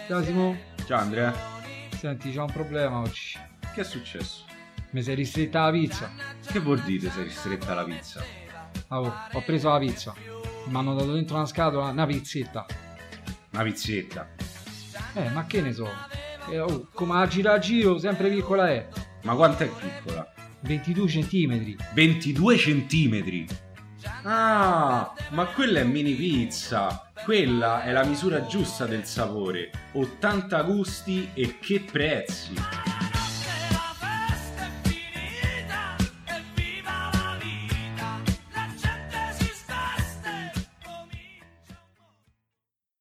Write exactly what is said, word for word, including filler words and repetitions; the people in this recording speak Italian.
Ciao Simo, Ciao Andrea, senti c'ho un problema oggi. che è successo? Mi sei ristretta la pizza. Che vuol dire sei ristretta alla pizza? Ah, oh, ho preso la pizza. Mi hanno dato dentro una scatola una pizzetta. Una pizzetta. Eh, ma che ne so? Eh, oh, come a giro a giro, sempre piccola è. Ma quanto è piccola? ventidue centimetri. ventidue centimetri. Ah, ma quella è mini pizza. Quella è la misura giusta del sapore. ottanta gusti e che prezzi.